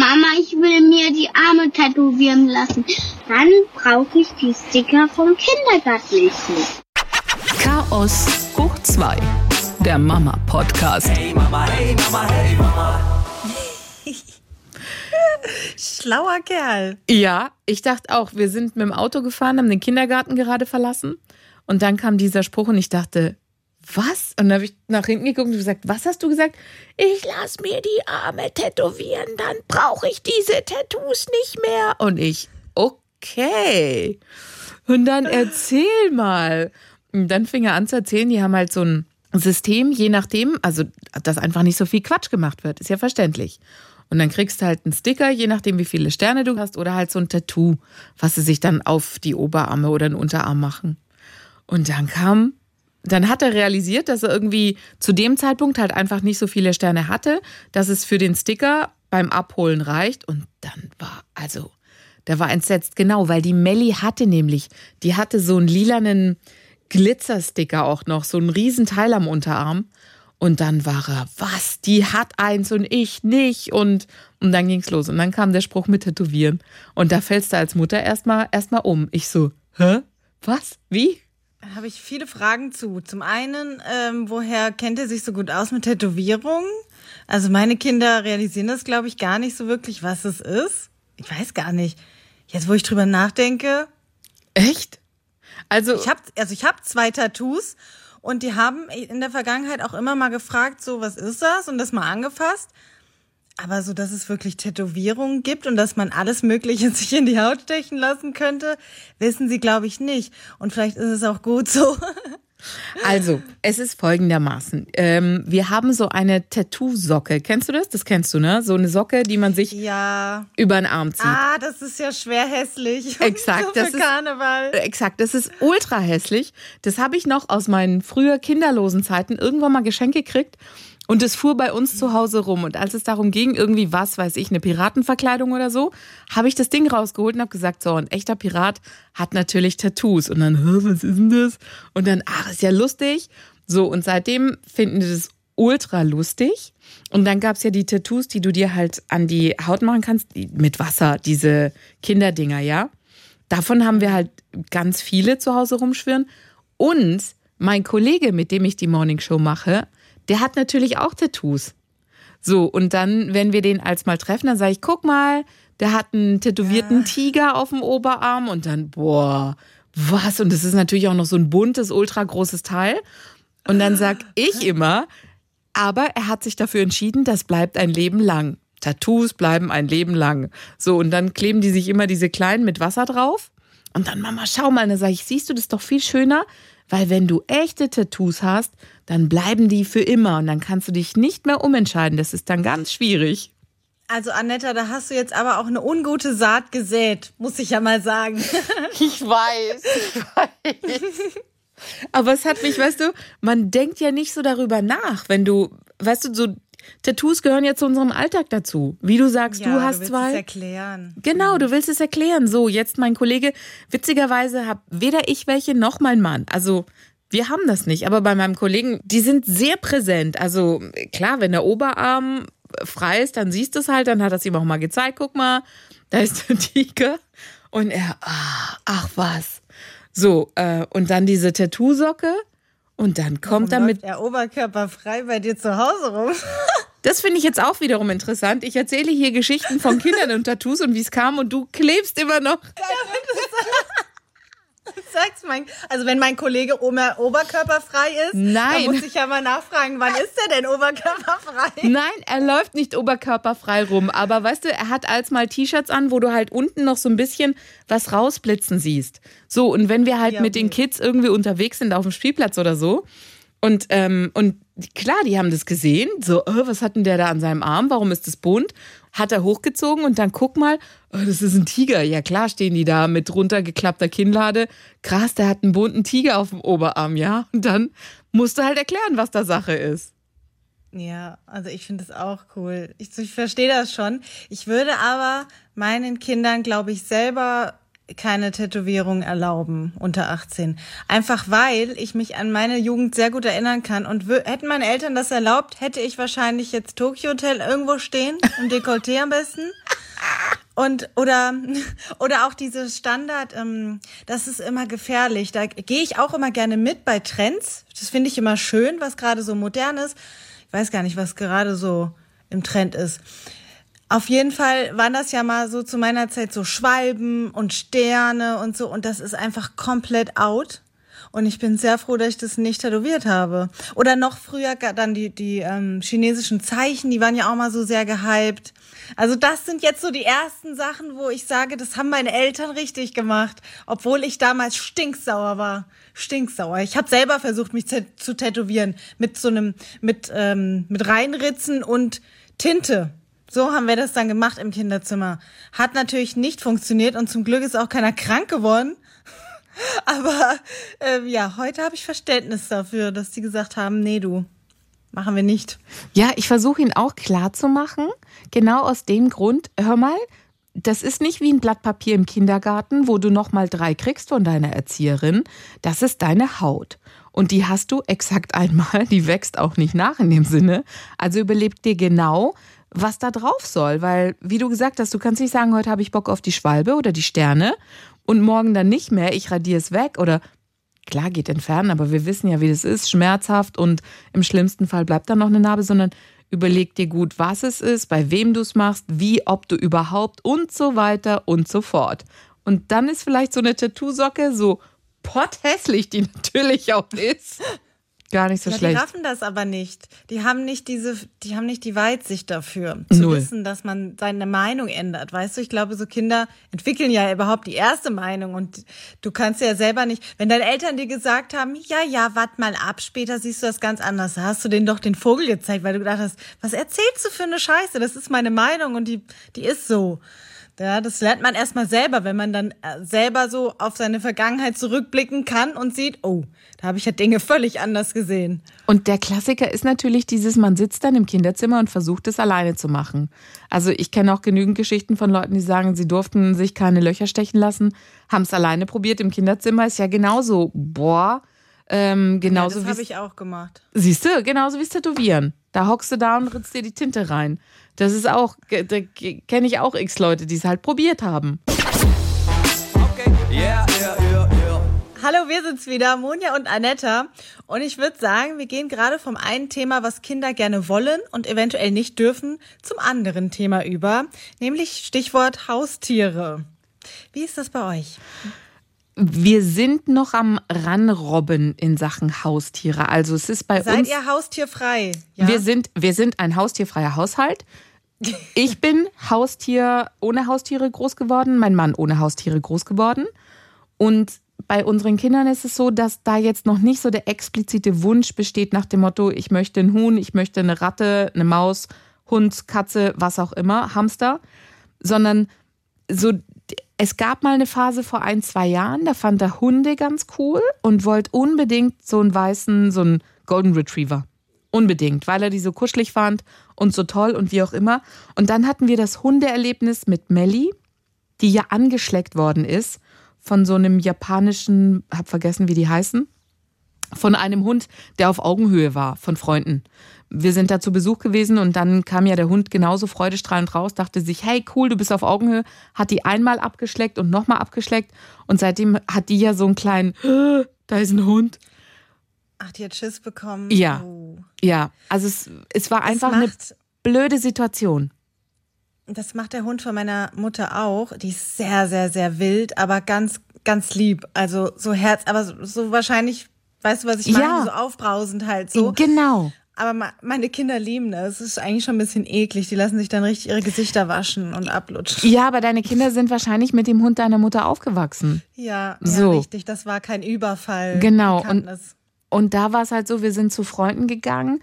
Mama, ich will mir die Arme tätowieren lassen. Dann brauche ich die Sticker vom Kindergärtlichen. Chaos hoch 2, der Mama-Podcast. Hey Mama, hey Mama, hey Mama. Schlauer Kerl. Ja, ich dachte auch, wir sind mit dem Auto gefahren, haben den Kindergarten gerade verlassen und dann kam dieser Spruch und ich dachte, was? Und dann habe ich nach hinten geguckt und gesagt, was hast du gesagt? Ich lass mir die Arme tätowieren, dann brauche ich diese Tattoos nicht mehr. Und ich, okay. Und dann erzähl mal. Und dann fing er an zu erzählen, die haben halt so ein System, je nachdem, also dass einfach nicht so viel Quatsch gemacht wird, ist ja verständlich. Und dann kriegst du halt einen Sticker, je nachdem, wie viele Sterne du hast, oder halt so ein Tattoo, was sie sich dann auf die Oberarme oder den Unterarm machen. Und dann hat er realisiert, dass er irgendwie zu dem Zeitpunkt halt einfach nicht so viele Sterne hatte, dass es für den Sticker beim Abholen reicht. Und dann der war entsetzt, genau, weil die Melli die hatte so einen lilanen Glitzersticker auch noch, so einen riesen Teil am Unterarm. Und dann war er, was, die hat eins und ich nicht. Und dann ging's los. Und dann kam der Spruch mit Tätowieren. Und da fällst du als Mutter erstmal um. Ich so, hä? Was? Wie? Da habe ich viele Fragen zu. Zum einen, woher kennt er sich so gut aus mit Tätowierungen? Also meine Kinder realisieren das, glaube ich, gar nicht so wirklich, was es ist. Ich weiß gar nicht. Jetzt, wo ich drüber nachdenke. Echt? Also ich habe 2 Tattoos und die haben in der Vergangenheit auch immer mal gefragt, so, was ist das? Und das mal angefasst. Aber so, dass es wirklich Tätowierungen gibt und dass man alles Mögliche sich in die Haut stechen lassen könnte, wissen sie, glaube ich, nicht. Und vielleicht ist es auch gut so. Also, es ist folgendermaßen. Wir haben so eine Tattoo-Socke. Kennst du das? Das kennst du, ne? So eine Socke, die man sich über den Arm zieht. Ah, das ist ja schwer hässlich. Exakt. So für Karneval. Exakt, das ist ultra hässlich. Das habe ich noch aus meinen früher kinderlosen Zeiten irgendwann mal geschenkt gekriegt. Und es fuhr bei uns zu Hause rum. Und als es darum ging, irgendwie, was weiß ich, eine Piratenverkleidung oder so, habe ich das Ding rausgeholt und habe gesagt, so, ein echter Pirat hat natürlich Tattoos. Und dann, was ist denn das? Und dann, ist ja lustig. So, und seitdem finden die das ultra lustig. Und dann gab es ja die Tattoos, die du dir halt an die Haut machen kannst, mit Wasser, diese Kinderdinger, ja. Davon haben wir halt ganz viele zu Hause rumschwirren. Und mein Kollege, mit dem ich die Morningshow mache, der hat natürlich auch Tattoos. So, und dann, wenn wir den als mal treffen, dann sage ich, guck mal, der hat einen tätowierten Tiger auf dem Oberarm und dann, boah, was? Und das ist natürlich auch noch so ein buntes, ultra großes Teil. Und dann sag ich immer, aber er hat sich dafür entschieden, das bleibt ein Leben lang. Tattoos bleiben ein Leben lang. So, und dann kleben die sich immer diese kleinen mit Wasser drauf. Und dann, Mama, schau mal, dann sage ich, siehst du, das ist doch viel schöner, weil wenn du echte Tattoos hast, dann bleiben die für immer und dann kannst du dich nicht mehr umentscheiden. Das ist dann ganz schwierig. Also Annetta, da hast du jetzt aber auch eine ungute Saat gesät, muss ich ja mal sagen. Ich weiß. Aber es hat mich, weißt du, man denkt ja nicht so darüber nach, wenn du, weißt du, so Tattoos gehören ja zu unserem Alltag dazu. Wie du sagst, ja, du hast du willst 2. Es erklären. Genau, du willst es erklären. So, jetzt mein Kollege, witzigerweise habe weder ich welche noch mein Mann. Also wir haben das nicht, aber bei meinem Kollegen, die sind sehr präsent. Also klar, wenn der Oberarm frei ist, dann siehst du es halt, dann hat er es ihm auch mal gezeigt. Guck mal, da ist der Tiger. Und er, ach was. So, und dann diese Tattoo-Socke. Und dann kommt er mit der Oberkörper frei bei dir zu Hause rum. Das finde ich jetzt auch wiederum interessant. Ich erzähle hier Geschichten von Kindern und Tattoos und wie es kam und du klebst immer noch. Sag's mal. Also wenn mein Kollege oberkörperfrei ist, Nein. dann muss ich ja mal nachfragen, wann ist der denn oberkörperfrei? Nein, er läuft nicht oberkörperfrei rum. Aber weißt du, er hat als mal T-Shirts an, wo du halt unten noch so ein bisschen was rausblitzen siehst. So, und wenn wir halt mit den Kids irgendwie unterwegs sind auf dem Spielplatz oder so und klar, die haben das gesehen, so, was hat denn der da an seinem Arm, warum ist das bunt? Hat er hochgezogen und dann guck mal, das ist ein Tiger. Ja klar stehen die da mit runtergeklappter Kinnlade. Krass, der hat einen bunten Tiger auf dem Oberarm, ja? Und dann musst du halt erklären, was da Sache ist. Ja, also ich finde das auch cool. Ich verstehe das schon. Ich würde aber meinen Kindern, glaube ich, selber keine Tätowierung erlauben unter 18. Einfach weil ich mich an meine Jugend sehr gut erinnern kann. Und hätten meine Eltern das erlaubt, hätte ich wahrscheinlich jetzt Tokyo Hotel irgendwo stehen, im Dekolleté am besten. Oder auch diese Standard, das ist immer gefährlich. Da gehe ich auch immer gerne mit bei Trends. Das finde ich immer schön, was gerade so modern ist. Ich weiß gar nicht, was gerade so im Trend ist. Auf jeden Fall waren das ja mal so zu meiner Zeit so Schwalben und Sterne und so. Und das ist einfach komplett out. Und ich bin sehr froh, dass ich das nicht tätowiert habe. Oder noch früher dann die chinesischen Zeichen, die waren ja auch mal so sehr gehypt. Also das sind jetzt so die ersten Sachen, wo ich sage, das haben meine Eltern richtig gemacht. Obwohl ich damals stinksauer war. Stinksauer. Ich habe selber versucht, mich zu tätowieren. Mit Reinritzen und Tinte. So haben wir das dann gemacht im Kinderzimmer. Hat natürlich nicht funktioniert und zum Glück ist auch keiner krank geworden. Aber heute habe ich Verständnis dafür, dass die gesagt haben, nee, machen wir nicht. Ja, ich versuche ihn auch klar zu machen. Genau aus dem Grund, hör mal, das ist nicht wie ein Blatt Papier im Kindergarten, wo du nochmal 3 kriegst von deiner Erzieherin. Das ist deine Haut. Und die hast du exakt einmal, die wächst auch nicht nach in dem Sinne. Also überleg dir genau, was da drauf soll. Weil, wie du gesagt hast, du kannst nicht sagen, heute habe ich Bock auf die Schwalbe oder die Sterne und morgen dann nicht mehr, ich radiere es weg oder klar geht entfernen, aber wir wissen ja, wie das ist, schmerzhaft und im schlimmsten Fall bleibt dann noch eine Narbe, sondern überleg dir gut, was es ist, bei wem du es machst, wie, ob du überhaupt und so weiter und so fort. Und dann ist vielleicht so eine Tattoo-Socke so potthässlich, die natürlich auch ist. Gar nicht so schlecht. Die raffen das aber nicht. Die haben nicht die Weitsicht dafür, zu wissen, dass man seine Meinung ändert. Weißt du, ich glaube, so Kinder entwickeln ja überhaupt die erste Meinung und du kannst ja selber nicht, wenn deine Eltern dir gesagt haben, ja, wart mal ab, später siehst du das ganz anders, da hast du denen doch den Vogel gezeigt, weil du gedacht hast, was erzählst du für eine Scheiße? Das ist meine Meinung und die ist so. Ja, das lernt man erstmal selber, wenn man dann selber so auf seine Vergangenheit zurückblicken kann und sieht, oh, da habe ich ja Dinge völlig anders gesehen. Und der Klassiker ist natürlich man sitzt dann im Kinderzimmer und versucht es alleine zu machen. Also ich kenne auch genügend Geschichten von Leuten, die sagen, sie durften sich keine Löcher stechen lassen, haben es alleine probiert im Kinderzimmer, ist ja genauso, genauso das habe ich auch gemacht. Siehst du, genauso wie es Tätowieren. Da hockst du da und ritzt dir die Tinte rein. Das ist auch, da kenne ich auch x Leute, die es halt probiert haben. Okay. Yeah. Hallo, wir sind's wieder, Monja und Anetta. Und ich würde sagen, wir gehen gerade vom einen Thema, was Kinder gerne wollen und eventuell nicht dürfen, zum anderen Thema über, nämlich Stichwort Haustiere. Wie ist das bei euch? Wir sind noch am Ranrobben in Sachen Haustiere. Also es ist bei uns... Seid ihr haustierfrei? Ja? Wir sind ein haustierfreier Haushalt. Ich bin ohne Haustiere groß geworden, mein Mann ohne Haustiere groß geworden. Und bei unseren Kindern ist es so, dass da jetzt noch nicht so der explizite Wunsch besteht nach dem Motto, ich möchte einen Huhn, ich möchte eine Ratte, eine Maus, Hund, Katze, was auch immer, Hamster, sondern so... Es gab mal eine Phase vor 1-2 Jahren, da fand er Hunde ganz cool und wollte unbedingt so einen Golden Retriever. Unbedingt, weil er die so kuschelig fand und so toll und wie auch immer. Und dann hatten wir das Hundeerlebnis mit Melli, die ja angeschleckt worden ist von so einem japanischen, hab vergessen, wie die heißen, von einem Hund, der auf Augenhöhe war, von Freunden. Wir sind da zu Besuch gewesen und dann kam ja der Hund genauso freudestrahlend raus, dachte sich, hey cool, du bist auf Augenhöhe, hat die einmal abgeschleckt und nochmal abgeschleckt und seitdem hat die ja so einen kleinen, da ist ein Hund. Ach, die hat Schiss bekommen. Ja, ja, also es war einfach eine blöde Situation. Das macht der Hund von meiner Mutter auch, die ist sehr, sehr, sehr wild, aber ganz, ganz lieb, also so aber so wahrscheinlich, weißt du, was ich meine, ja. So aufbrausend halt so. Genau. Aber meine Kinder lieben das. Es ist eigentlich schon ein bisschen eklig. Die lassen sich dann richtig ihre Gesichter waschen und ablutschen. Ja, aber deine Kinder sind wahrscheinlich mit dem Hund deiner Mutter aufgewachsen. Ja, so. Ja, richtig. Das war kein Überfall. Genau. Und da war es halt so, wir sind zu Freunden gegangen.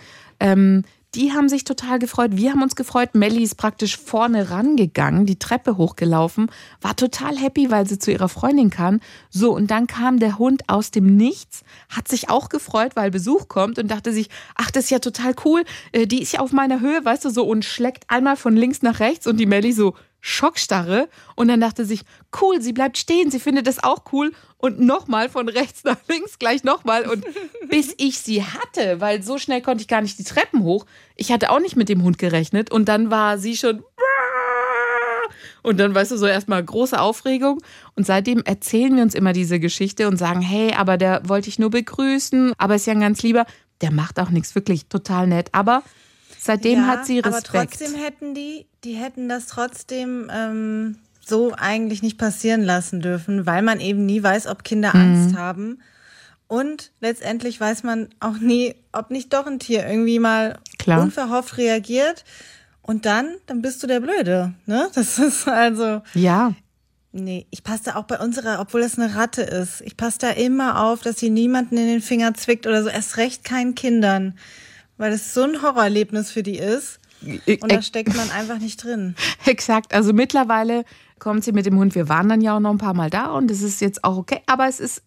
Die haben sich total gefreut. Wir haben uns gefreut. Melli ist praktisch vorne rangegangen, die Treppe hochgelaufen, war total happy, weil sie zu ihrer Freundin kann. So, und dann kam der Hund aus dem Nichts, hat sich auch gefreut, weil Besuch kommt und dachte sich, ach, das ist ja total cool. Die ist ja auf meiner Höhe, weißt du, so, und schlägt einmal von links nach rechts und die Melli so Schockstarre. Und dann dachte sich, cool, sie bleibt stehen, sie findet das auch cool. Und nochmal von rechts nach links, gleich nochmal. Und bis ich sie hatte, weil so schnell konnte ich gar nicht die Treppen hoch. Ich hatte auch nicht mit dem Hund gerechnet. Und dann war sie schon Und dann, weißt du, so erstmal große Aufregung. Und seitdem erzählen wir uns immer diese Geschichte und sagen, hey, aber der wollte ich nur begrüßen, aber ist ja ein ganz lieber. Der macht auch nichts, wirklich total nett. Aber seitdem hat sie Respekt. Aber trotzdem hätten die hätten das trotzdem so eigentlich nicht passieren lassen dürfen, weil man eben nie weiß, ob Kinder Angst haben. Und letztendlich weiß man auch nie, ob nicht doch ein Tier irgendwie mal unverhofft reagiert. Und dann bist du der Blöde, ne? Das ist also... Ja. Nee, ich passe da auch bei unserer, obwohl das eine Ratte ist, ich passe da immer auf, dass sie niemanden in den Finger zwickt oder so, erst recht keinen Kindern. Weil das so ein Horrorerlebnis für die ist. Und da steckt man einfach nicht drin. Exakt. Also mittlerweile kommt sie mit dem Hund. Wir waren dann ja auch noch ein paar Mal da und es ist jetzt auch okay. Aber es ist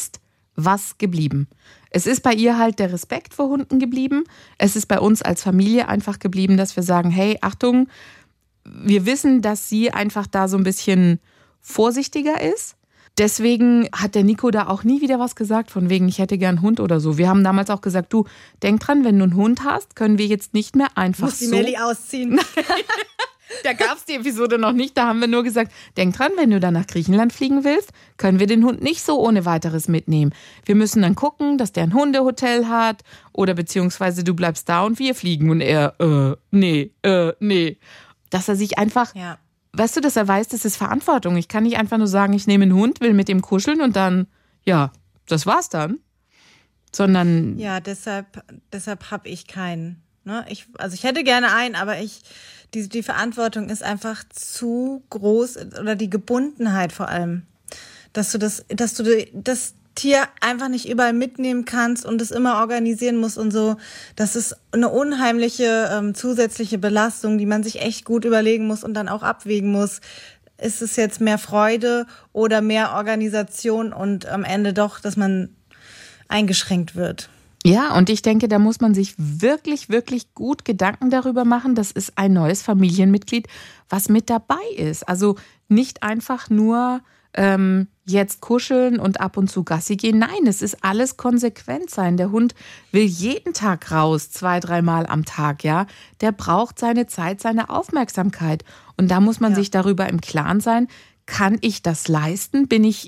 was geblieben. Es ist bei ihr halt der Respekt vor Hunden geblieben. Es ist bei uns als Familie einfach geblieben, dass wir sagen, hey, Achtung, wir wissen, dass sie einfach da so ein bisschen vorsichtiger ist. Deswegen hat der Nico da auch nie wieder was gesagt, von wegen, ich hätte gern einen Hund oder so. Wir haben damals auch gesagt, du, denk dran, wenn du einen Hund hast, können wir jetzt nicht mehr einfach muss die Melli ausziehen. Da gab es die Episode noch nicht, da haben wir nur gesagt, denk dran, wenn du dann nach Griechenland fliegen willst, können wir den Hund nicht so ohne weiteres mitnehmen. Wir müssen dann gucken, dass der ein Hundehotel hat oder beziehungsweise du bleibst da und wir fliegen. Und er, nee. Dass er sich einfach, weißt du, dass er weiß, das ist Verantwortung. Ich kann nicht einfach nur sagen, ich nehme einen Hund, will mit dem kuscheln und dann, ja, das war's dann. Sondern... Ja, deshalb habe ich keinen. Ne? Ich hätte gerne einen, aber die Verantwortung ist einfach zu groß, oder die Gebundenheit vor allem, dass du das Tier einfach nicht überall mitnehmen kannst und es immer organisieren musst und so. Das ist eine unheimliche zusätzliche Belastung, die man sich echt gut überlegen muss und dann auch abwägen muss. Ist es jetzt mehr Freude oder mehr Organisation und am Ende doch, dass man eingeschränkt wird? Ja, und ich denke, da muss man sich wirklich, wirklich gut Gedanken darüber machen. Das ist ein neues Familienmitglied, was mit dabei ist. Also nicht einfach nur jetzt kuscheln und ab und zu Gassi gehen. Nein, es ist alles konsequent sein. Der Hund will jeden Tag raus, 2-3 Mal am Tag, ja. Der braucht seine Zeit, seine Aufmerksamkeit. Und da muss man sich darüber im Klaren sein, kann ich das leisten?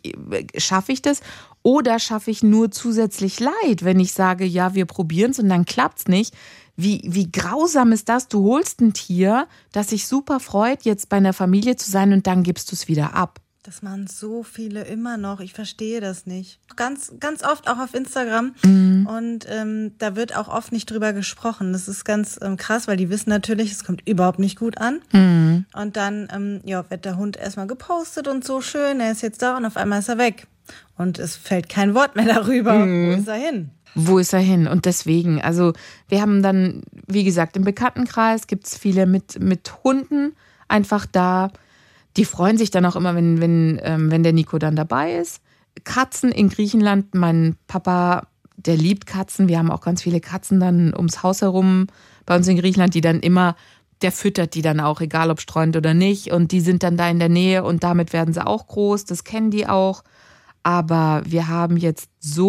Schaffe ich das? Oder schaffe ich nur zusätzlich Leid, wenn ich sage, ja, wir probieren es und dann klappt's nicht? Wie grausam ist das? Du holst ein Tier, das sich super freut, jetzt bei einer Familie zu sein und dann gibst du es wieder ab. Das machen so viele immer noch. Ich verstehe das nicht. Ganz, ganz oft auch auf Instagram. Und da wird auch oft nicht drüber gesprochen. Das ist ganz krass, weil die wissen natürlich, es kommt überhaupt nicht gut an. Und dann wird der Hund erstmal gepostet und so schön. Er ist jetzt da und auf einmal ist er weg. Und es fällt kein Wort mehr darüber. Wo ist er hin? Wo ist er hin? Und deswegen, also wir haben dann, wie gesagt, im Bekanntenkreis gibt es viele mit Hunden einfach da. Die freuen sich dann auch immer, wenn der Nico dann dabei ist. Katzen in Griechenland, mein Papa, der liebt Katzen. Wir haben auch ganz viele Katzen dann ums Haus herum bei uns in Griechenland, die dann immer, der füttert die dann auch, egal ob streuend oder nicht. Und die sind dann da in der Nähe und damit werden sie auch groß, das kennen die auch. Aber wir haben jetzt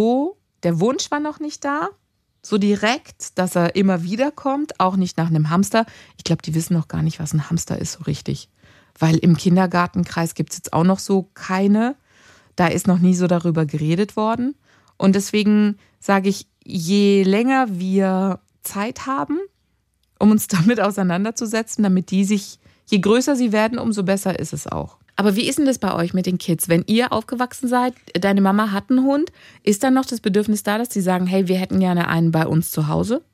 der Wunsch war noch nicht da, so direkt, dass er immer wieder kommt, auch nicht nach einem Hamster. Ich glaube, die wissen noch gar nicht, was ein Hamster ist so richtig. Weil im Kindergartenkreis gibt es jetzt auch noch so keine. Da ist noch nie so darüber geredet worden. Und deswegen sage ich, je länger wir Zeit haben, um uns damit auseinanderzusetzen, damit je größer sie werden, umso besser ist es auch. Aber wie ist denn das bei euch mit den Kids? Wenn ihr aufgewachsen seid, deine Mama hat einen Hund, ist dann noch das Bedürfnis da, dass die sagen, hey, wir hätten gerne einen bei uns zu Hause?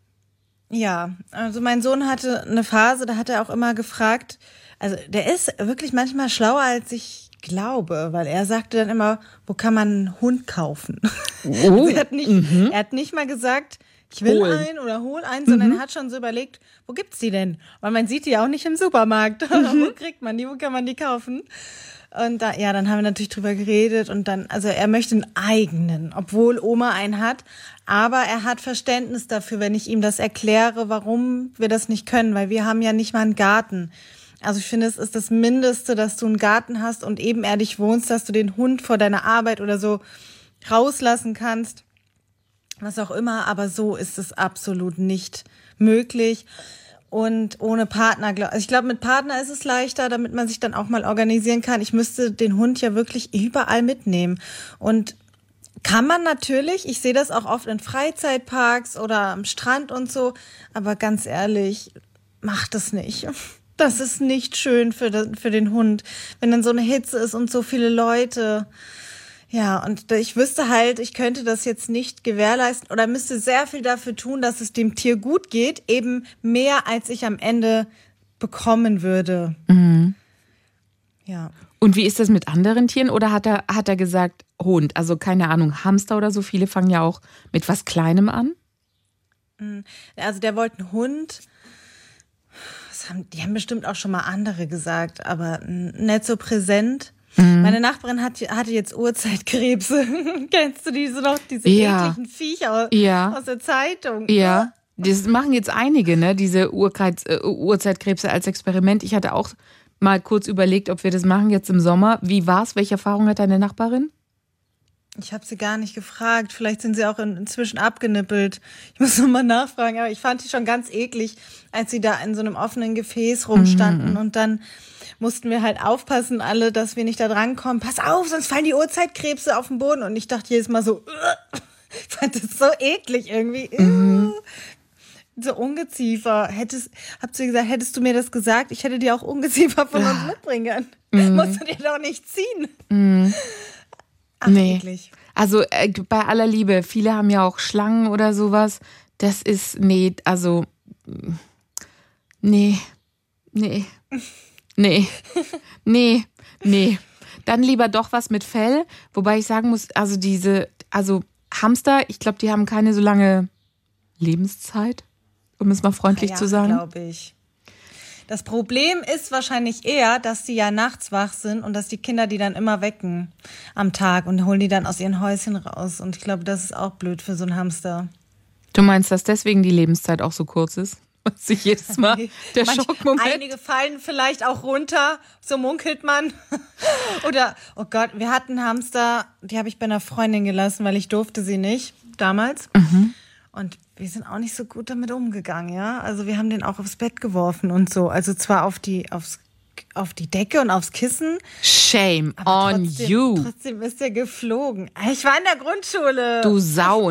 Ja, also mein Sohn hatte eine Phase, da hat er auch immer gefragt, also der ist wirklich manchmal schlauer, als ich glaube, weil er sagte dann immer, wo kann man einen Hund kaufen? Oh. Er hat nicht mal gesagt, ich will einen oder hol einen, sondern er hat schon so überlegt, wo gibt's die denn? Weil man sieht die ja auch nicht im Supermarkt. Wo kriegt man die? Wo kann man die kaufen? Und dann haben wir natürlich drüber geredet und dann, also er möchte einen eigenen, obwohl Oma einen hat, aber er hat Verständnis dafür, wenn ich ihm das erkläre, warum wir das nicht können, weil wir haben ja nicht mal einen Garten. Also ich finde, es ist das Mindeste, dass du einen Garten hast und ebenerdig wohnst, dass du den Hund vor deiner Arbeit oder so rauslassen kannst, was auch immer, aber so ist es absolut nicht möglich. Und ohne Partner, ich glaube, mit Partner ist es leichter, damit man sich dann auch mal organisieren kann. Ich müsste den Hund ja wirklich überall mitnehmen. Und kann man natürlich, ich sehe das auch oft in Freizeitparks oder am Strand und so, aber ganz ehrlich, macht es nicht. Das ist nicht schön für den Hund, wenn dann so eine Hitze ist und so viele Leute. Ja, und ich wüsste halt, ich könnte das jetzt nicht gewährleisten oder müsste sehr viel dafür tun, dass es dem Tier gut geht, eben mehr, als ich am Ende bekommen würde. Mhm. Ja. Und wie ist das mit anderen Tieren? Oder hat er gesagt, Hund? Also keine Ahnung, Hamster oder so. Viele fangen ja auch mit was Kleinem an. Also der wollte einen Hund. Die haben bestimmt auch schon mal andere gesagt, aber nicht so präsent. Meine Nachbarin hatte jetzt Urzeitkrebse. Kennst du diese noch? Diese ekligen Viecher aus der Zeitung. Ja, das machen jetzt einige, ne? Diese Urzeitkrebse als Experiment. Ich hatte auch mal kurz überlegt, ob wir das machen jetzt im Sommer. Wie war's? Welche Erfahrung hat deine Nachbarin? Ich habe sie gar nicht gefragt. Vielleicht sind sie auch inzwischen abgenippelt. Ich muss noch mal nachfragen. Aber ich fand die schon ganz eklig, als sie da in so einem offenen Gefäß rumstanden. Und dann mussten wir halt aufpassen alle, dass wir nicht da drankommen. Pass auf, sonst fallen die Urzeitkrebse auf den Boden. Und ich dachte jedes Mal so, ich fand das so eklig irgendwie. So Ungeziefer. Habt ihr gesagt, hättest du mir das gesagt, ich hätte dir auch Ungeziefer von uns mitbringen können. Musst du dir doch nicht ziehen. Ach, nee. Eklig. Also bei aller Liebe, viele haben ja auch Schlangen oder sowas. Das ist, nee. Dann lieber doch was mit Fell. Wobei ich sagen muss, also Hamster, ich glaube, die haben keine so lange Lebenszeit, um es mal freundlich zu sagen. Glaube ich. Das Problem ist wahrscheinlich eher, dass die ja nachts wach sind und dass die Kinder die dann immer wecken am Tag und holen die dann aus ihren Häuschen raus. Und ich glaube, das ist auch blöd für so einen Hamster. Du meinst, dass deswegen die Lebenszeit auch so kurz ist? Sich jedes Mal der Schockmoment. Einige fallen vielleicht auch runter, so munkelt man. Oder, oh Gott, wir hatten Hamster, die habe ich bei einer Freundin gelassen, weil ich durfte sie nicht damals. Und wir sind auch nicht so gut damit umgegangen, ja. Also wir haben den auch aufs Bett geworfen und so. Also zwar auf die Decke und aufs Kissen. Shame on you. Trotzdem ist der geflogen. Ich war in der Grundschule. Du Sau.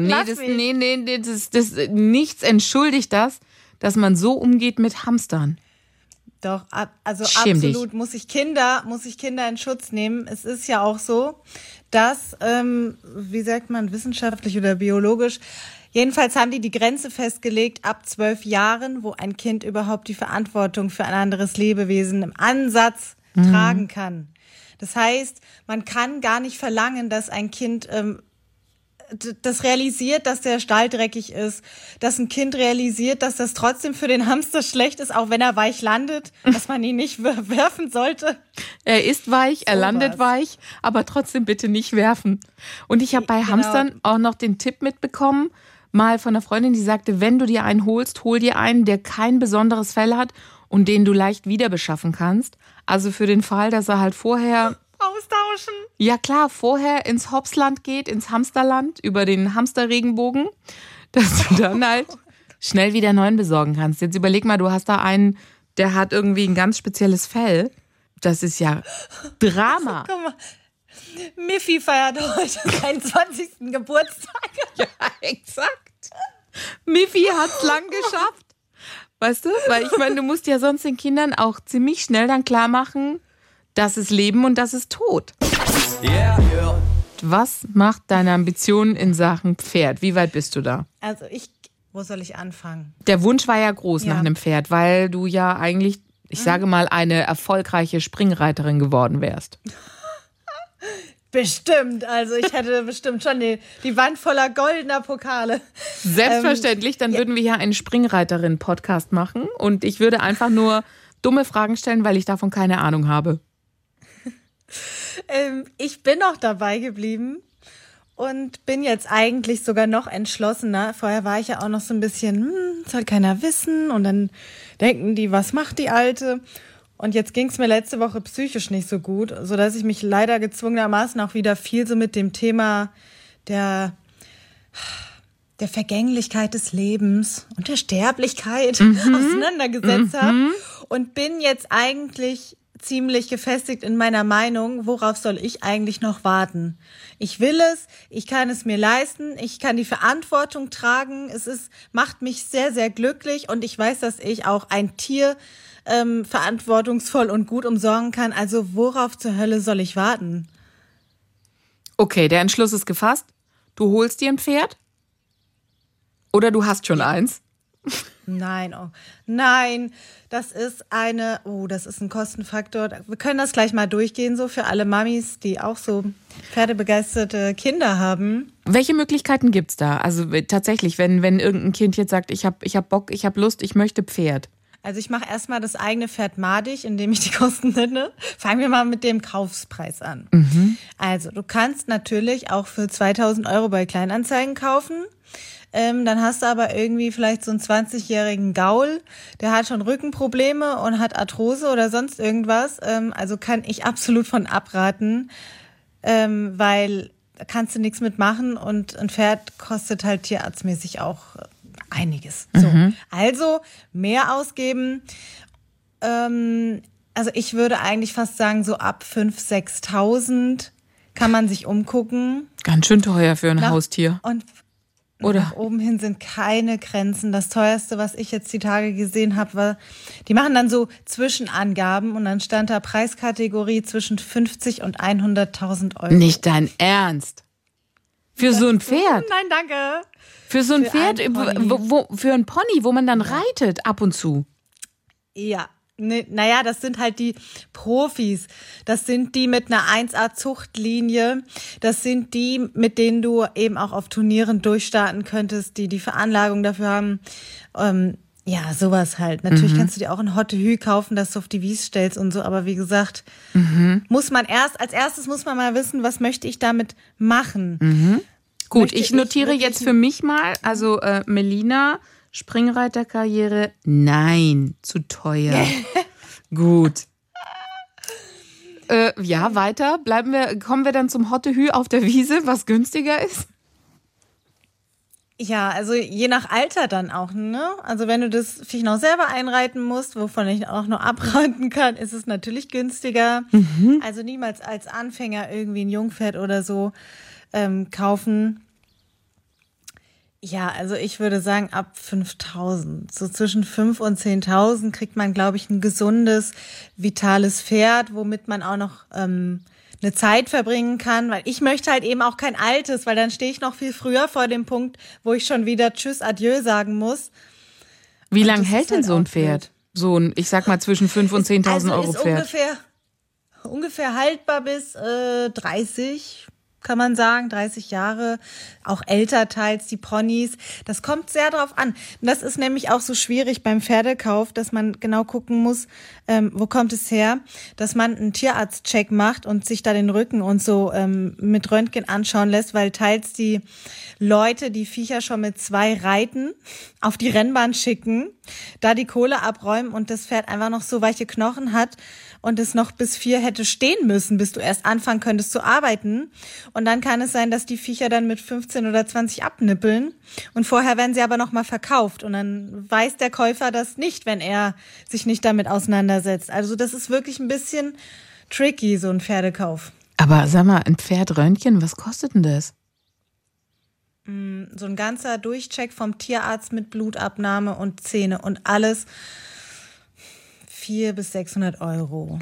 Nichts entschuldigt das, dass man so umgeht mit Hamstern. Doch, also Schäm absolut dich. muss ich Kinder in Schutz nehmen. Es ist ja auch so, dass, wie sagt man, wissenschaftlich oder biologisch, jedenfalls haben die Grenze festgelegt, ab 12 Jahren, wo ein Kind überhaupt die Verantwortung für ein anderes Lebewesen im Ansatz tragen kann. Das heißt, man kann gar nicht verlangen, dass ein Kind das realisiert, dass der Stall dreckig ist, dass ein Kind realisiert, dass das trotzdem für den Hamster schlecht ist, auch wenn er weich landet, dass man ihn nicht werfen sollte. Er ist weich, er landet weich, aber trotzdem bitte nicht werfen. Und ich habe bei Hamstern auch noch den Tipp mitbekommen, mal von einer Freundin, die sagte, wenn du dir einen holst, hol dir einen, der kein besonderes Fell hat und den du leicht wieder beschaffen kannst. Also für den Fall, dass er halt vorher austauschen. Ja klar, vorher ins Hopsland geht, ins Hamsterland, über den Hamsterregenbogen, dass du dann halt schnell wieder einen neuen besorgen kannst. Jetzt überleg mal, du hast da einen, der hat irgendwie ein ganz spezielles Fell. Das ist ja Drama. Guck mal, Miffy feiert heute seinen 20. Geburtstag. Ja, exakt. Miffy hat's lang geschafft. Weißt du? Weil ich meine, du musst ja sonst den Kindern auch ziemlich schnell dann klar machen, das ist Leben und das ist Tod. Yeah. Was macht deine Ambitionen in Sachen Pferd? Wie weit bist du da? Also wo soll ich anfangen? Der Wunsch war ja groß nach einem Pferd, weil du ja eigentlich, ich sage mal, eine erfolgreiche Springreiterin geworden wärst. Bestimmt, also ich hätte bestimmt schon die Wand voller goldener Pokale. Selbstverständlich, dann würden wir hier einen Springreiterin-Podcast machen und ich würde einfach nur dumme Fragen stellen, weil ich davon keine Ahnung habe. Ich bin noch dabei geblieben und bin jetzt eigentlich sogar noch entschlossener. Vorher war ich ja auch noch so ein bisschen, soll keiner wissen und dann denken die, was macht die Alte? Und jetzt ging es mir letzte Woche psychisch nicht so gut, sodass ich mich leider gezwungenermaßen auch wieder viel so mit dem Thema der der Vergänglichkeit des Lebens und der Sterblichkeit auseinandergesetzt habe und bin jetzt eigentlich ziemlich gefestigt in meiner Meinung, worauf soll ich eigentlich noch warten? Ich will es, ich kann es mir leisten, ich kann die Verantwortung tragen, macht mich sehr, sehr glücklich und ich weiß, dass ich auch ein Tier verantwortungsvoll und gut umsorgen kann. Also worauf zur Hölle soll ich warten? Okay, der Entschluss ist gefasst. Du holst dir ein Pferd? Oder du hast schon eins? Nein, das ist ein Kostenfaktor. Wir können das gleich mal durchgehen, so für alle Mamis, die auch so pferdebegeisterte Kinder haben. Welche Möglichkeiten gibt's da? Also tatsächlich, wenn irgendein Kind jetzt sagt, ich hab Bock, ich hab Lust, ich möchte Pferd. Also ich mache erstmal das eigene Pferd madig, indem ich die Kosten nenne. Fangen wir mal mit dem Kaufspreis an. Also du kannst natürlich auch für 2.000 € bei Kleinanzeigen kaufen. Dann hast du aber irgendwie vielleicht so einen 20-jährigen Gaul, der hat schon Rückenprobleme und hat Arthrose oder sonst irgendwas. Also kann ich absolut von abraten, weil da kannst du nichts mitmachen und ein Pferd kostet halt tierarztmäßig auch einiges. So. Also mehr ausgeben. Also ich würde eigentlich fast sagen, so ab 5.000, 6.000 kann man sich umgucken. Ganz schön teuer für ein Haustier. Und oder? Nach oben hin sind keine Grenzen. Das teuerste, was ich jetzt die Tage gesehen habe, war, die machen dann so Zwischenangaben und dann stand da Preiskategorie zwischen 50 und 100.000 €. Nicht dein Ernst? Für so ein Pferd? Nein, danke. Für so ein Pferd, für ein Pony, wo man dann reitet ab und zu. Ja. Naja, das sind halt die Profis. Das sind die mit einer 1A-Zuchtlinie. Das sind die, mit denen du eben auch auf Turnieren durchstarten könntest, die Veranlagung dafür haben. Ja, sowas halt. Natürlich kannst du dir auch ein Hottehü kaufen, das du auf die Wies stellst und so. Aber wie gesagt, als erstes muss man mal wissen, was möchte ich damit machen. Gut, ich notiere jetzt für mich mal, also Melina, Springreiterkarriere, nein, zu teuer. Gut. Ja, weiter. Kommen wir dann zum Hottehü auf der Wiese, was günstiger ist? Ja, also je nach Alter dann auch, ne? Also wenn du das Viech noch selber einreiten musst, wovon ich auch nur abraten kann, ist es natürlich günstiger. Also niemals als Anfänger irgendwie ein Jungpferd oder so kaufen. Ja, also ich würde sagen, ab 5.000, so zwischen 5.000 und 10.000 kriegt man, glaube ich, ein gesundes, vitales Pferd, womit man auch noch eine Zeit verbringen kann, weil ich möchte halt eben auch kein altes, weil dann stehe ich noch viel früher vor dem Punkt, wo ich schon wieder Tschüss, Adieu sagen muss. Wie lange hält denn so ein Pferd? So ein, ich sag mal, zwischen 5.000 und 10.000 € Pferd. Ungefähr haltbar bis 30, kann man sagen, 30 Jahre, auch älter teils, die Ponys. Das kommt sehr drauf an. Und das ist nämlich auch so schwierig beim Pferdekauf, dass man genau gucken muss, wo kommt es her, dass man einen Tierarztcheck macht und sich da den Rücken und so mit Röntgen anschauen lässt, weil teils die Leute die Viecher schon mit 2 Reiten auf die Rennbahn schicken, da die Kohle abräumen und das Pferd einfach noch so weiche Knochen hat und es noch bis 4 hätte stehen müssen, bis du erst anfangen könntest zu arbeiten. Und dann kann es sein, dass die Viecher dann mit 15 oder 20 abnippeln. Und vorher werden sie aber nochmal verkauft. Und dann weiß der Käufer das nicht, wenn er sich nicht damit auseinandersetzt. Also das ist wirklich ein bisschen tricky, so ein Pferdekauf. Aber sag mal, ein Pferd-Röntgen, was kostet denn das? So ein ganzer Durchcheck vom Tierarzt mit Blutabnahme und Zähne und alles 400 bis 600 €.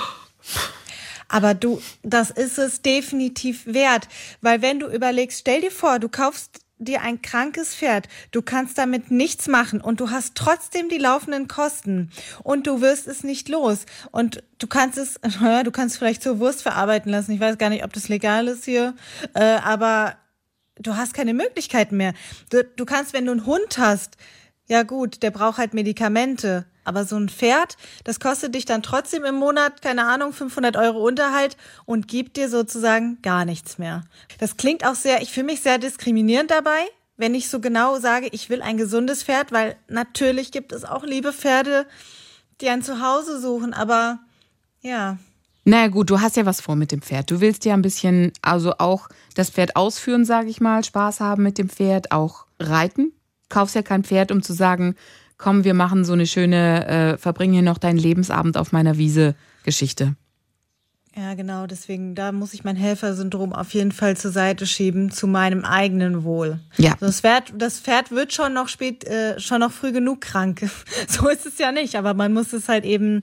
Aber das ist es definitiv wert. Weil wenn du überlegst, stell dir vor, du kaufst dir ein krankes Pferd, du kannst damit nichts machen und du hast trotzdem die laufenden Kosten und du wirst es nicht los. Und du kannst vielleicht zur Wurst verarbeiten lassen. Ich weiß gar nicht, ob das legal ist hier, aber du hast keine Möglichkeiten mehr. Du kannst, wenn du einen Hund hast, ja gut, der braucht halt Medikamente. Aber so ein Pferd, das kostet dich dann trotzdem im Monat, keine Ahnung, 500 € Unterhalt und gibt dir sozusagen gar nichts mehr. Das klingt auch ich fühle mich sehr diskriminierend dabei, wenn ich so genau sage, ich will ein gesundes Pferd, weil natürlich gibt es auch liebe Pferde, die ein Zuhause suchen, aber ja. Na gut, du hast ja was vor mit dem Pferd. Du willst ja ein bisschen, also auch das Pferd ausführen, sage ich mal, Spaß haben mit dem Pferd, auch reiten. Kaufst ja kein Pferd, um zu sagen, komm, wir machen so eine schöne, verbring hier noch deinen Lebensabend auf meiner Wiese Geschichte. Ja, genau, deswegen, da muss ich mein Helfersyndrom auf jeden Fall zur Seite schieben, zu meinem eigenen Wohl. Ja. Das Pferd wird schon noch früh genug krank. So ist es ja nicht, aber man muss es halt eben.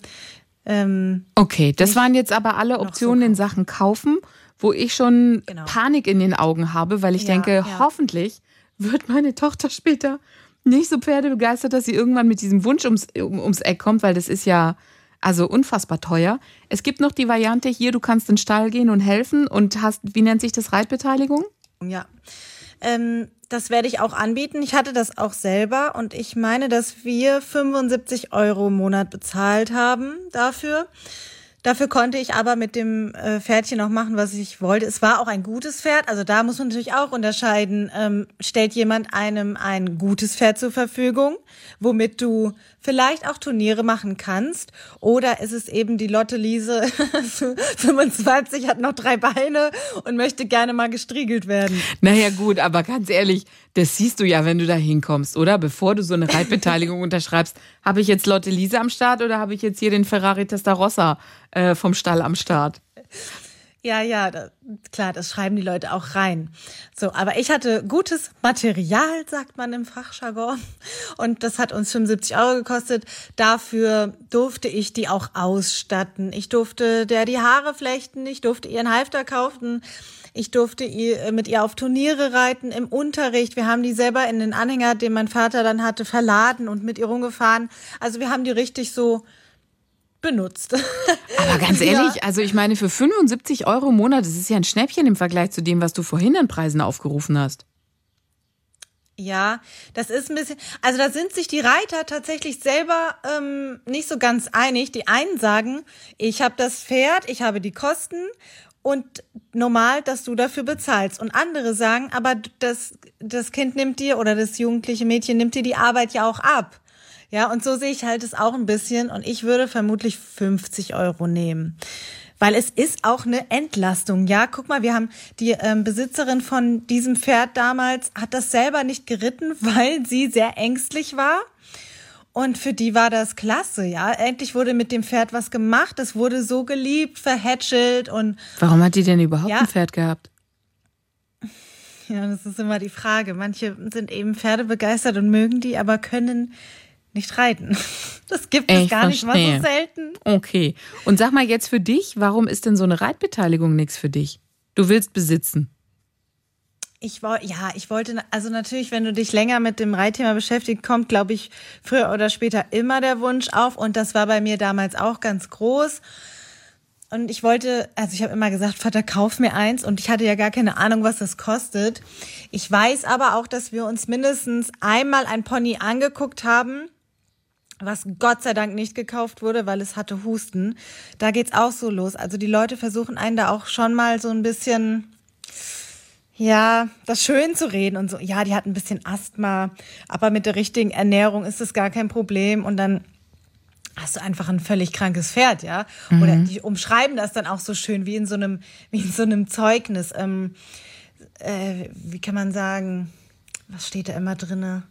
Okay, das waren jetzt aber alle Optionen in Sachen Kaufen, wo ich schon Panik in den Augen habe, weil ich denke, hoffentlich wird meine Tochter später nicht so pferdebegeistert, dass sie irgendwann mit diesem Wunsch ums Eck kommt, weil das ist ja also unfassbar teuer. Es gibt noch die Variante hier, du kannst in den Stall gehen und helfen und hast, wie nennt sich das, Reitbeteiligung? Ja, das werde ich auch anbieten. Ich hatte das auch selber und ich meine, dass wir 75 € im Monat bezahlt haben dafür. Dafür konnte ich aber mit dem Pferdchen auch machen, was ich wollte. Es war auch ein gutes Pferd, also da muss man natürlich auch unterscheiden. Stellt jemand einem ein gutes Pferd zur Verfügung, womit du vielleicht auch Turniere machen kannst? Oder ist es eben die Lotte Liese, 25, hat noch 3 Beine und möchte gerne mal gestriegelt werden? Naja gut, aber ganz ehrlich, das siehst du ja, wenn du da hinkommst, oder? Bevor du so eine Reitbeteiligung unterschreibst, habe ich jetzt Lotte Liese am Start oder habe ich jetzt hier den Ferrari Testarossa vom Stall am Start? Ja, klar, das schreiben die Leute auch rein. So, aber ich hatte gutes Material, sagt man im Fachjargon. Und das hat uns 75 € gekostet. Dafür durfte ich die auch ausstatten. Ich durfte der die Haare flechten, ich durfte ihren Halfter kaufen. Ich durfte mit ihr auf Turniere reiten im Unterricht. Wir haben die selber in den Anhänger, den mein Vater dann hatte, verladen und mit ihr rumgefahren. Also wir haben die richtig so benutzt. Aber ganz ehrlich, also ich meine, für 75 € im Monat, das ist ja ein Schnäppchen im Vergleich zu dem, was du vorhin an Preisen aufgerufen hast. Ja, das ist ein bisschen, also da sind sich die Reiter tatsächlich selber nicht so ganz einig. Die einen sagen, ich habe das Pferd, ich habe die Kosten und normal, dass du dafür bezahlst. Und andere sagen, aber das Kind nimmt dir oder das jugendliche Mädchen nimmt dir die Arbeit ja auch ab. Ja, und so sehe ich halt es auch ein bisschen und ich würde vermutlich 50 € nehmen. Weil es ist auch eine Entlastung. Ja, guck mal, wir haben die Besitzerin von diesem Pferd damals, hat das selber nicht geritten, weil sie sehr ängstlich war. Und für die war das klasse, ja. Endlich wurde mit dem Pferd was gemacht. Es wurde so geliebt, verhätschelt und... Warum hat die denn überhaupt ein Pferd gehabt? Ja, das ist immer die Frage. Manche sind eben pferdebegeistert und mögen die, aber können nicht reiten. Das gibt es gar nicht mal so selten. Okay. Und sag mal jetzt für dich, warum ist denn so eine Reitbeteiligung nichts für dich? Du willst besitzen. Ich wollte, also natürlich, wenn du dich länger mit dem Reitthema beschäftigst, kommt, glaube ich, früher oder später immer der Wunsch auf. Und das war bei mir damals auch ganz groß. Und ich habe immer gesagt, Vater, kauf mir eins. Und ich hatte ja gar keine Ahnung, was das kostet. Ich weiß aber auch, dass wir uns mindestens einmal ein Pony angeguckt haben, was Gott sei Dank nicht gekauft wurde, weil es hatte Husten. Da geht's auch so los. Also die Leute versuchen einen da auch schon mal so ein bisschen, ja, das schön zu reden und so. Ja, die hat ein bisschen Asthma, aber mit der richtigen Ernährung ist es gar kein Problem. Und dann hast du einfach ein völlig krankes Pferd, ja? Oder die umschreiben das dann auch so schön wie in so einem Zeugnis. Wie kann man sagen? Was steht da immer drinne?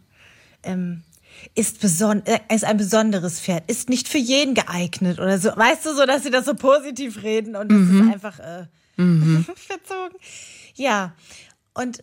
Ist ein besonderes Pferd, ist nicht für jeden geeignet oder so. Weißt du, so, dass sie das so positiv reden und das ist einfach verzogen. Ja, und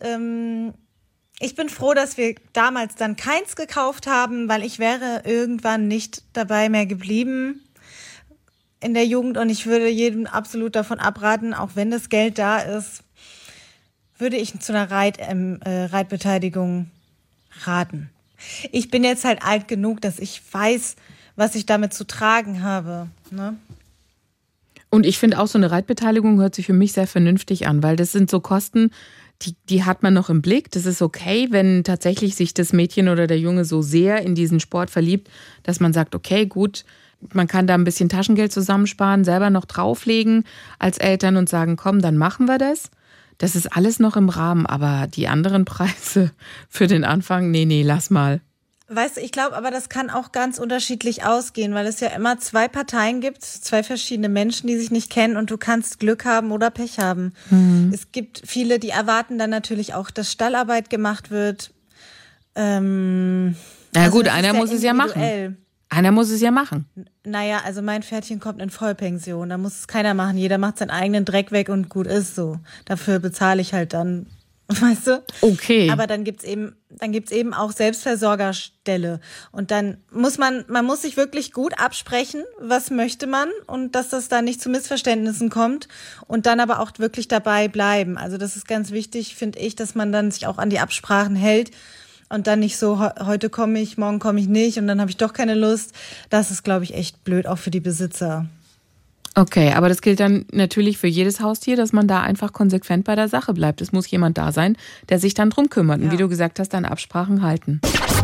ich bin froh, dass wir damals dann keins gekauft haben, weil ich wäre irgendwann nicht dabei mehr geblieben in der Jugend und ich würde jedem absolut davon abraten, auch wenn das Geld da ist, würde ich zu einer Reitbeteiligung raten. Ich bin jetzt halt alt genug, dass ich weiß, was ich damit zu tragen habe, ne? Und ich finde auch, so eine Reitbeteiligung hört sich für mich sehr vernünftig an, weil das sind so Kosten, die hat man noch im Blick. Das ist okay, wenn tatsächlich sich das Mädchen oder der Junge so sehr in diesen Sport verliebt, dass man sagt, okay, gut, man kann da ein bisschen Taschengeld zusammensparen, selber noch drauflegen als Eltern und sagen, komm, dann machen wir das. Das ist alles noch im Rahmen, aber die anderen Preise für den Anfang, nee, lass mal. Weißt du, ich glaube, aber das kann auch ganz unterschiedlich ausgehen, weil es ja immer 2 Parteien gibt, 2 verschiedene Menschen, die sich nicht kennen und du kannst Glück haben oder Pech haben. Es gibt viele, die erwarten dann natürlich auch, dass Stallarbeit gemacht wird. Na gut, das einer ist muss es ja machen. individuell. Einer muss es ja machen. Naja, also mein Pferdchen kommt in Vollpension. Da muss es keiner machen. Jeder macht seinen eigenen Dreck weg und gut ist so. Dafür bezahle ich halt dann, weißt du? Okay. Aber dann gibt's eben auch Selbstversorgerstelle. Und dann muss man muss sich wirklich gut absprechen, was möchte man und dass das da nicht zu Missverständnissen kommt und dann aber auch wirklich dabei bleiben. Also das ist ganz wichtig, finde ich, dass man dann sich auch an die Absprachen hält. Und dann nicht so, heute komme ich, morgen komme ich nicht und dann habe ich doch keine Lust. Das ist, glaube ich, echt blöd, auch für die Besitzer. Okay, aber das gilt dann natürlich für jedes Haustier, dass man da einfach konsequent bei der Sache bleibt. Es muss jemand da sein, der sich dann drum kümmert. Und wie du gesagt hast, dann Absprachen halten.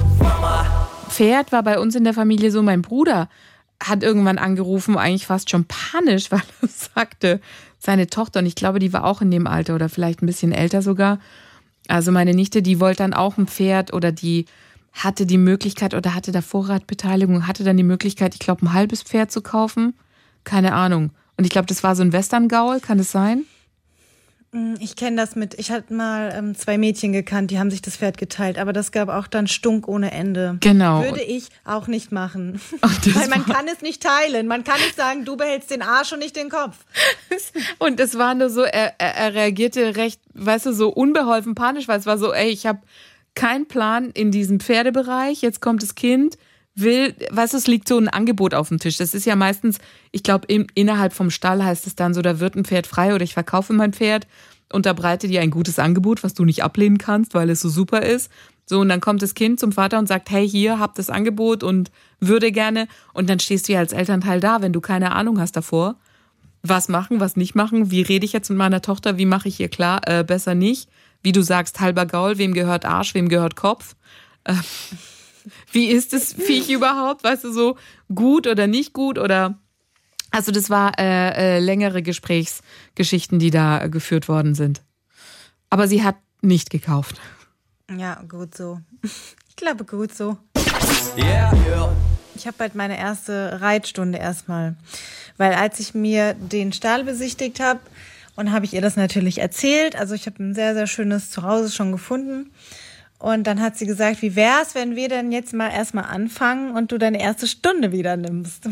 Pferd war bei uns in der Familie so, mein Bruder hat irgendwann angerufen, eigentlich fast schon panisch, weil er sagte, seine Tochter, und ich glaube, die war auch in dem Alter oder vielleicht ein bisschen älter sogar. Also meine Nichte, die wollte dann auch ein Pferd oder die hatte die Möglichkeit oder hatte da Vorratbeteiligung, hatte dann die Möglichkeit, ich glaube, ein halbes Pferd zu kaufen. Keine Ahnung. Und ich glaube, das war so ein Western-Gaul, kann das sein? Ich kenne das ich hatte mal 2 Mädchen gekannt, die haben sich das Pferd geteilt, aber das gab auch dann Stunk ohne Ende. Genau. Würde ich auch nicht machen. Weil man kann es nicht teilen. Man kann nicht sagen, du behältst den Arsch und nicht den Kopf. Und es war nur so, er reagierte recht, weißt du, so unbeholfen panisch, weil es war so, ey, ich habe keinen Plan in diesem Pferdebereich, jetzt kommt das Kind, weißt du, es liegt so ein Angebot auf dem Tisch. Das ist ja meistens, ich glaube, innerhalb vom Stall heißt es dann so, da wird ein Pferd frei oder ich verkaufe mein Pferd, unterbreite dir ein gutes Angebot, was du nicht ablehnen kannst, weil es so super ist. So, und dann kommt das Kind zum Vater und sagt, hey, hier, hab das Angebot und würde gerne. Und dann stehst du ja als Elternteil da, wenn du keine Ahnung hast davor. Was machen, was nicht machen, wie rede ich jetzt mit meiner Tochter, wie mache ich ihr klar, besser nicht. Wie du sagst, halber Gaul, wem gehört Arsch, wem gehört Kopf. Wie ist das Viech überhaupt? Weißt du, so gut oder nicht gut? Oder also das war längere Gesprächsgeschichten, die da geführt worden sind. Aber sie hat nicht gekauft. Ja, gut so. Ich glaube, gut so. Yeah. Ich habe bald meine erste Reitstunde erstmal. Weil als ich mir den Stall besichtigt habe, und habe ich ihr das natürlich erzählt. Also ich habe ein sehr, sehr schönes Zuhause schon gefunden. Und dann hat sie gesagt, wie wär's, wenn wir denn jetzt mal erstmal anfangen und du deine erste Stunde wieder nimmst?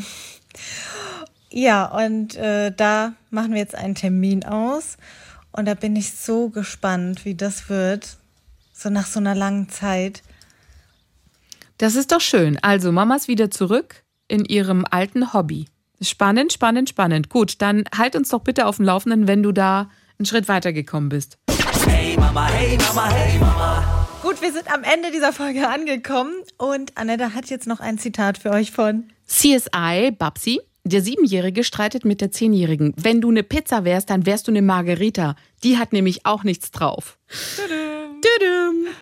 Ja, und da machen wir jetzt einen Termin aus. Und da bin ich so gespannt, wie das wird, so nach so einer langen Zeit. Das ist doch schön. Also Mama ist wieder zurück in ihrem alten Hobby. Spannend, spannend, spannend. Gut, dann halt uns doch bitte auf dem Laufenden, wenn du da einen Schritt weitergekommen bist. Hey Mama, hey Mama, hey Mama. Gut, wir sind am Ende dieser Folge angekommen und Annette hat jetzt noch ein Zitat für euch von CSI Babsi. Der 7-Jährige streitet mit der 10-Jährigen. Wenn du eine Pizza wärst, dann wärst du eine Margarita. Die hat nämlich auch nichts drauf. Tudum.